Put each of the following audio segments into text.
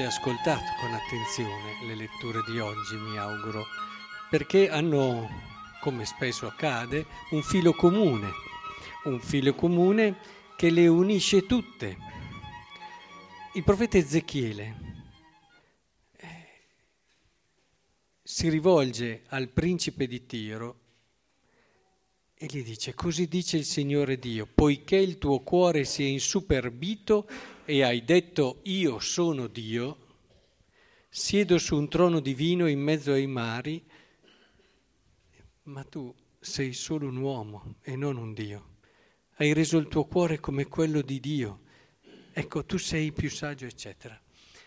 avete ascoltato con attenzione le letture di oggi, mi auguro, perché hanno, come spesso accade, un filo comune che le unisce tutte. Il profeta Ezechiele si rivolge al principe di Tiro e gli dice: così dice il Signore Dio, poiché il tuo cuore si è insuperbito e hai detto io sono Dio, siedo su un trono divino in mezzo ai mari, ma tu sei solo un uomo e non un Dio. Hai reso il tuo cuore come quello di Dio. Ecco, tu sei più saggio, eccetera.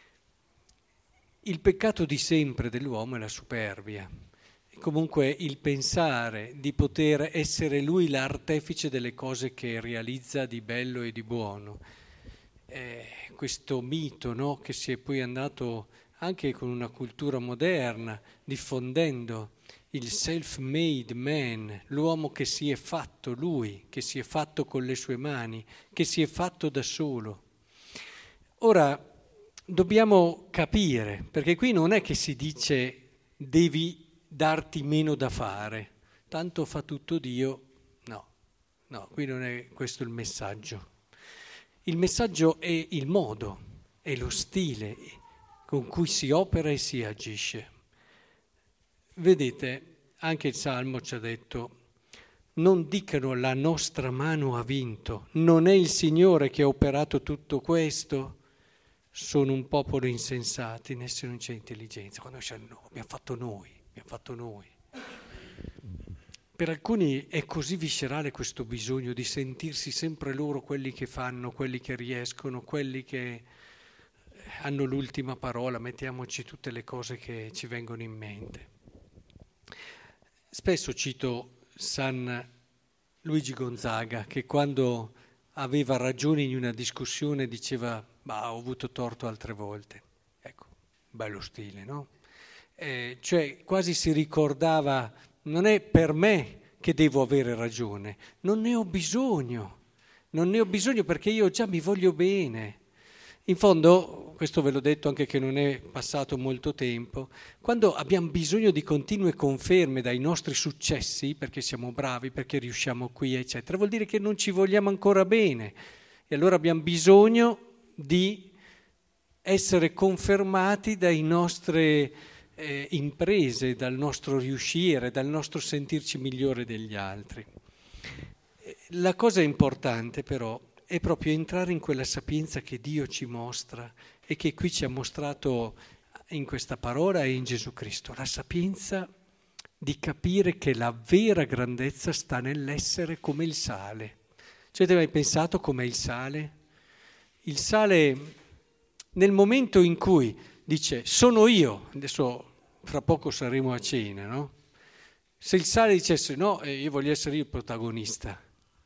Il peccato di sempre dell'uomo è la superbia. Comunque il pensare di poter essere lui l'artefice delle cose che realizza di bello e di buono. Questo mito, no, che si è poi andato anche con una cultura moderna diffondendo il self-made man, l'uomo che si è fatto lui, che si è fatto con le sue mani, che si è fatto da solo. Ora dobbiamo capire, perché qui non è che si dice devi darti meno da fare, tanto fa tutto Dio, no, qui non è questo il messaggio. Il messaggio è il modo, è lo stile con cui si opera e si agisce. Vedete, anche il Salmo ci ha detto: non dicano la nostra mano ha vinto, non è il Signore che ha operato tutto questo. Sono un popolo insensati, in esso non c'è intelligenza. Quando dice no, abbiamo fatto noi. Per alcuni è così viscerale questo bisogno di sentirsi sempre loro quelli che fanno, quelli che riescono, quelli che hanno l'ultima parola, mettiamoci tutte le cose che ci vengono in mente. Spesso cito San Luigi Gonzaga, che quando aveva ragione in una discussione diceva: ma ho avuto torto altre volte. Ecco, bello stile, no? Cioè quasi si ricordava: non è per me che devo avere ragione, non ne ho bisogno perché io già mi voglio bene. In fondo, questo ve l'ho detto anche che non è passato molto tempo, quando abbiamo bisogno di continue conferme dai nostri successi, perché siamo bravi, perché riusciamo qui, eccetera, vuol dire che non ci vogliamo ancora bene e allora abbiamo bisogno di essere confermati dai nostre imprese, dal nostro riuscire, dal nostro sentirci migliore degli altri. La cosa importante però è proprio entrare in quella sapienza che Dio ci mostra e che qui ci ha mostrato in questa parola e in Gesù Cristo, la sapienza di capire che la vera grandezza sta nell'essere come il sale. Ci avete mai pensato com'è il sale? Il sale, nel momento in cui dice sono io, adesso fra poco saremo a cena, no? Se il sale dicesse no, io voglio essere io il protagonista,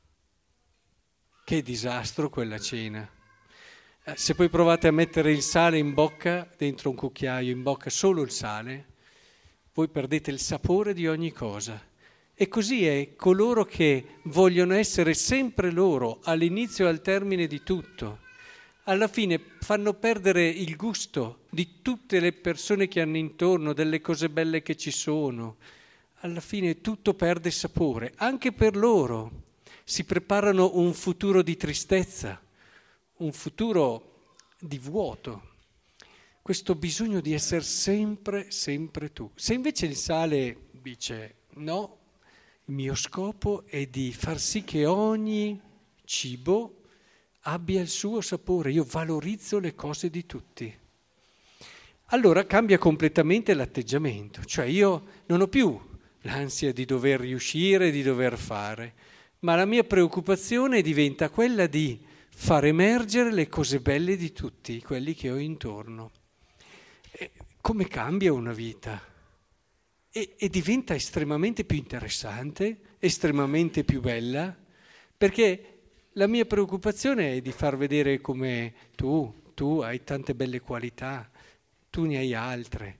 che disastro quella cena. Se poi provate a mettere il sale in bocca, dentro un cucchiaio, in bocca solo il sale, voi perdete il sapore di ogni cosa. E così è coloro che vogliono essere sempre loro, all'inizio e al termine di tutto. Alla fine fanno perdere il gusto di tutte le persone che hanno intorno, delle cose belle che ci sono. Alla fine tutto perde sapore, anche per loro. Si preparano un futuro di tristezza, un futuro di vuoto. Questo bisogno di essere sempre tu. Se invece il sale dice no, il mio scopo è di far sì che ogni cibo abbia il suo sapore, io valorizzo le cose di tutti. Allora cambia completamente l'atteggiamento, cioè io non ho più l'ansia di dover riuscire, di dover fare, ma la mia preoccupazione diventa quella di far emergere le cose belle di tutti, quelli che ho intorno. Come cambia una vita? E diventa estremamente più interessante, estremamente più bella, perché la mia preoccupazione è di far vedere come tu hai tante belle qualità, tu ne hai altre.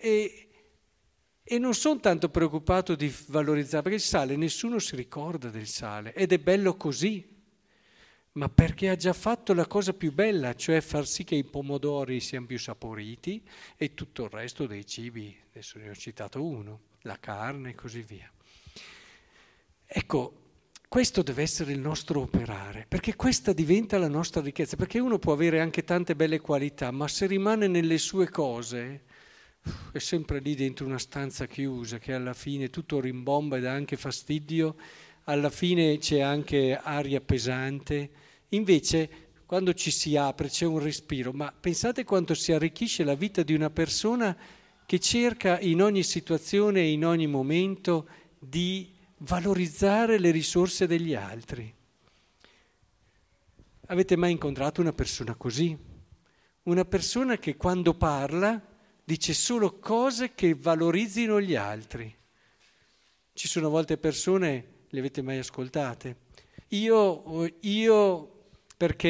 E non sono tanto preoccupato di valorizzare, perché il sale, nessuno si ricorda del sale, ed è bello così. ma perché ha già fatto la cosa più bella, cioè far sì che i pomodori siano più saporiti e tutto il resto dei cibi, adesso ne ho citato uno, la carne e così via. Ecco, questo deve essere il nostro operare, perché questa diventa la nostra ricchezza, perché uno può avere anche tante belle qualità, ma se rimane nelle sue cose, è sempre lì dentro una stanza chiusa, che alla fine tutto rimbomba e dà anche fastidio, alla fine c'è anche aria pesante. Invece, quando ci si apre c'è un respiro, ma pensate quanto si arricchisce la vita di una persona che cerca in ogni situazione e in ogni momento di valorizzare le risorse degli altri. Avete mai incontrato una persona così? Una persona che quando parla dice solo cose che valorizzino gli altri. Ci sono a volte persone, le avete mai ascoltate? Perché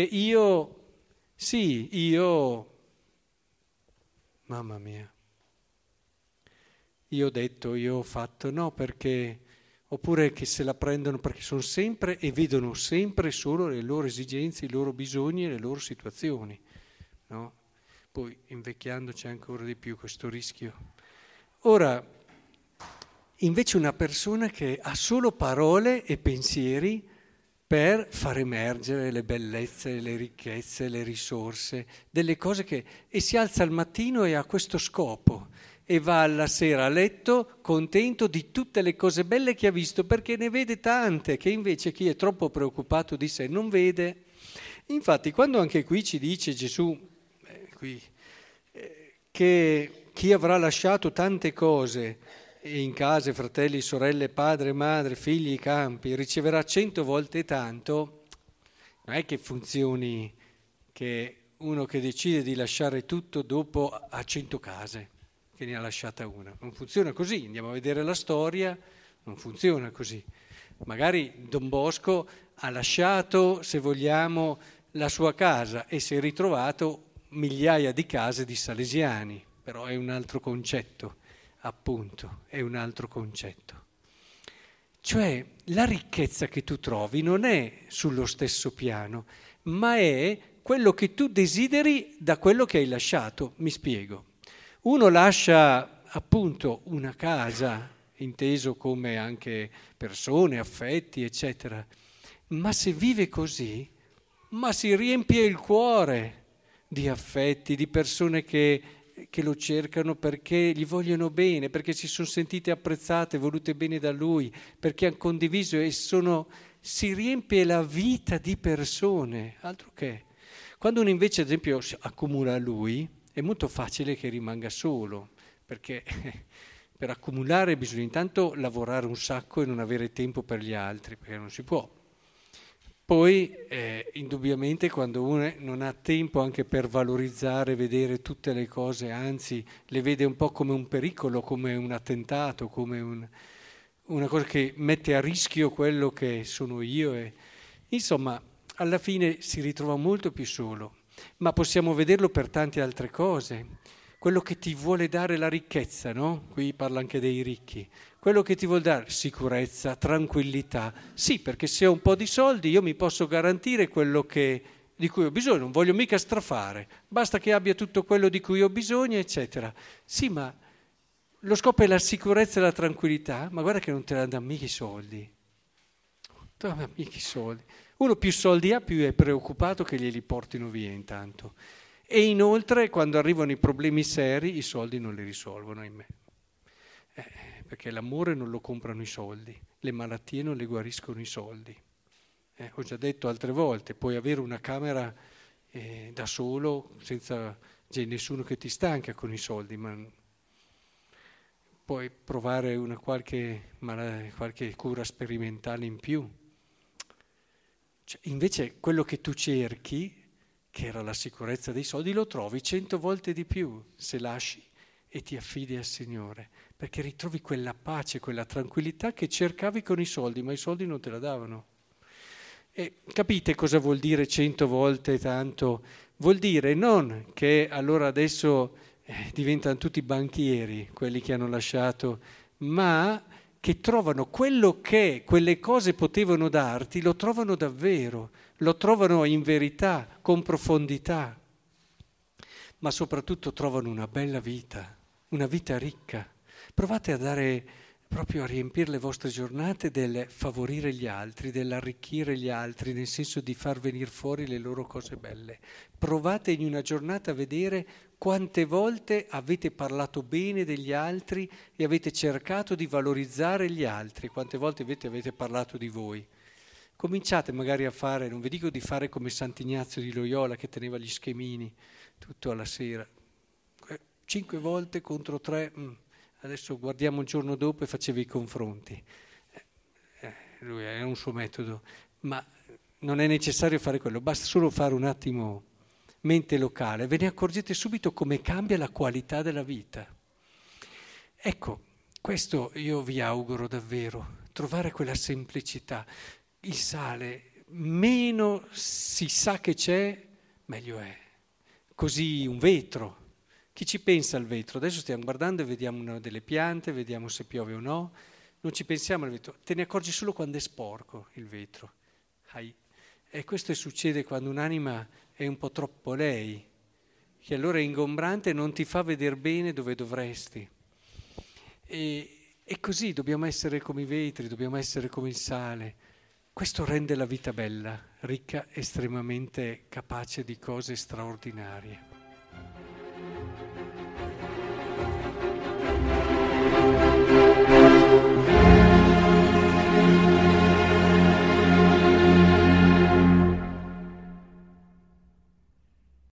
mamma mia, io ho detto, io ho fatto, no, perché, oppure che se la prendono perché sono sempre e vedono sempre solo le loro esigenze, i loro bisogni e le loro situazioni, no? Poi invecchiando c'è ancora di più questo rischio. Ora, invece una persona che ha solo parole e pensieri per far emergere le bellezze, le ricchezze, le risorse, delle cose e si alza al mattino e ha questo scopo e va alla sera a letto contento di tutte le cose belle che ha visto, perché ne vede tante che invece chi è troppo preoccupato di sé non vede. Infatti quando anche qui ci dice Gesù che chi avrà lasciato tante cose in case, fratelli, sorelle, padre, madre, figli, campi, riceverà 100 volte tanto, non è che funzioni che uno che decide di lasciare tutto dopo ha 100 case, che ne ha lasciata una. Non funziona così, andiamo a vedere la storia, non funziona così. Magari Don Bosco ha lasciato, se vogliamo, la sua casa e si è ritrovato migliaia di case di salesiani, però è un altro concetto. Appunto, è un altro concetto. Cioè, la ricchezza che tu trovi non è sullo stesso piano, ma è quello che tu desideri da quello che hai lasciato. Mi spiego. Uno lascia appunto una casa, inteso come anche persone, affetti, eccetera, ma se vive così, ma si riempie il cuore di affetti, di persone che lo cercano perché gli vogliono bene, perché si sono sentite apprezzate, volute bene da lui, perché hanno condiviso e si riempie la vita di persone, altro che. Quando uno invece, ad esempio, accumula lui, è molto facile che rimanga solo, perché per accumulare bisogna intanto lavorare un sacco e non avere tempo per gli altri, perché non si può. Poi, indubbiamente, quando uno non ha tempo anche per valorizzare, vedere tutte le cose, anzi, le vede un po' come un pericolo, come un attentato, come una cosa che mette a rischio quello che sono io. Insomma, alla fine si ritrova molto più solo, ma possiamo vederlo per tante altre cose. Quello che ti vuole dare la ricchezza, no? Qui parla anche dei ricchi. Quello che ti vuole dare sicurezza, tranquillità. Sì, perché se ho un po' di soldi io mi posso garantire quello di cui ho bisogno, non voglio mica strafare, basta che abbia tutto quello di cui ho bisogno, eccetera. Sì, ma lo scopo è la sicurezza e la tranquillità, ma guarda che non te la danno mica i soldi. Non te la danno mica i soldi. Uno più soldi ha, più è preoccupato che glieli portino via intanto. E inoltre, quando arrivano i problemi seri, i soldi non li risolvono, ahimè. Perché l'amore non lo comprano i soldi, le malattie non le guariscono i soldi. Ho già detto altre volte, puoi avere una camera da solo, senza c'è nessuno che ti stanca con i soldi, ma puoi provare qualche cura sperimentale in più. Cioè, invece quello che tu cerchi, che era la sicurezza dei soldi, lo trovi 100 volte di più se lasci e ti affidi al Signore, perché ritrovi quella pace, quella tranquillità che cercavi con i soldi, ma i soldi non te la davano. E capite cosa vuol dire 100 volte tanto? Vuol dire non che allora adesso diventano tutti banchieri quelli che hanno lasciato, ma che trovano quello che quelle cose potevano darti, lo trovano davvero, lo trovano in verità, con profondità, ma soprattutto trovano una bella vita, una vita ricca. Provate a dare, proprio a riempire le vostre giornate del favorire gli altri, dell'arricchire gli altri, nel senso di far venire fuori le loro cose belle. Provate in una giornata a vedere quante volte avete parlato bene degli altri e avete cercato di valorizzare gli altri, quante volte avete parlato di voi. Cominciate magari a fare, non vi dico di fare come Sant'Ignazio di Loyola che teneva gli schemini tutto alla sera, 5 volte contro 3, adesso guardiamo il giorno dopo e faceva i confronti. Lui è un suo metodo, ma non è necessario fare quello, basta solo fare un attimo mente locale, ve ne accorgete subito come cambia la qualità della vita. Ecco, questo io vi auguro davvero, trovare quella semplicità. Il sale, meno si sa che c'è, meglio è. Così un vetro. Chi ci pensa al vetro? Adesso stiamo guardando e vediamo una delle piante, vediamo se piove o no. Non ci pensiamo al vetro. Te ne accorgi solo quando è sporco il vetro. E questo succede quando un'anima è un po' troppo lei, che allora è ingombrante e non ti fa vedere bene dove dovresti. E così dobbiamo essere come i vetri, dobbiamo essere come il sale. Questo rende la vita bella, ricca, estremamente capace di cose straordinarie.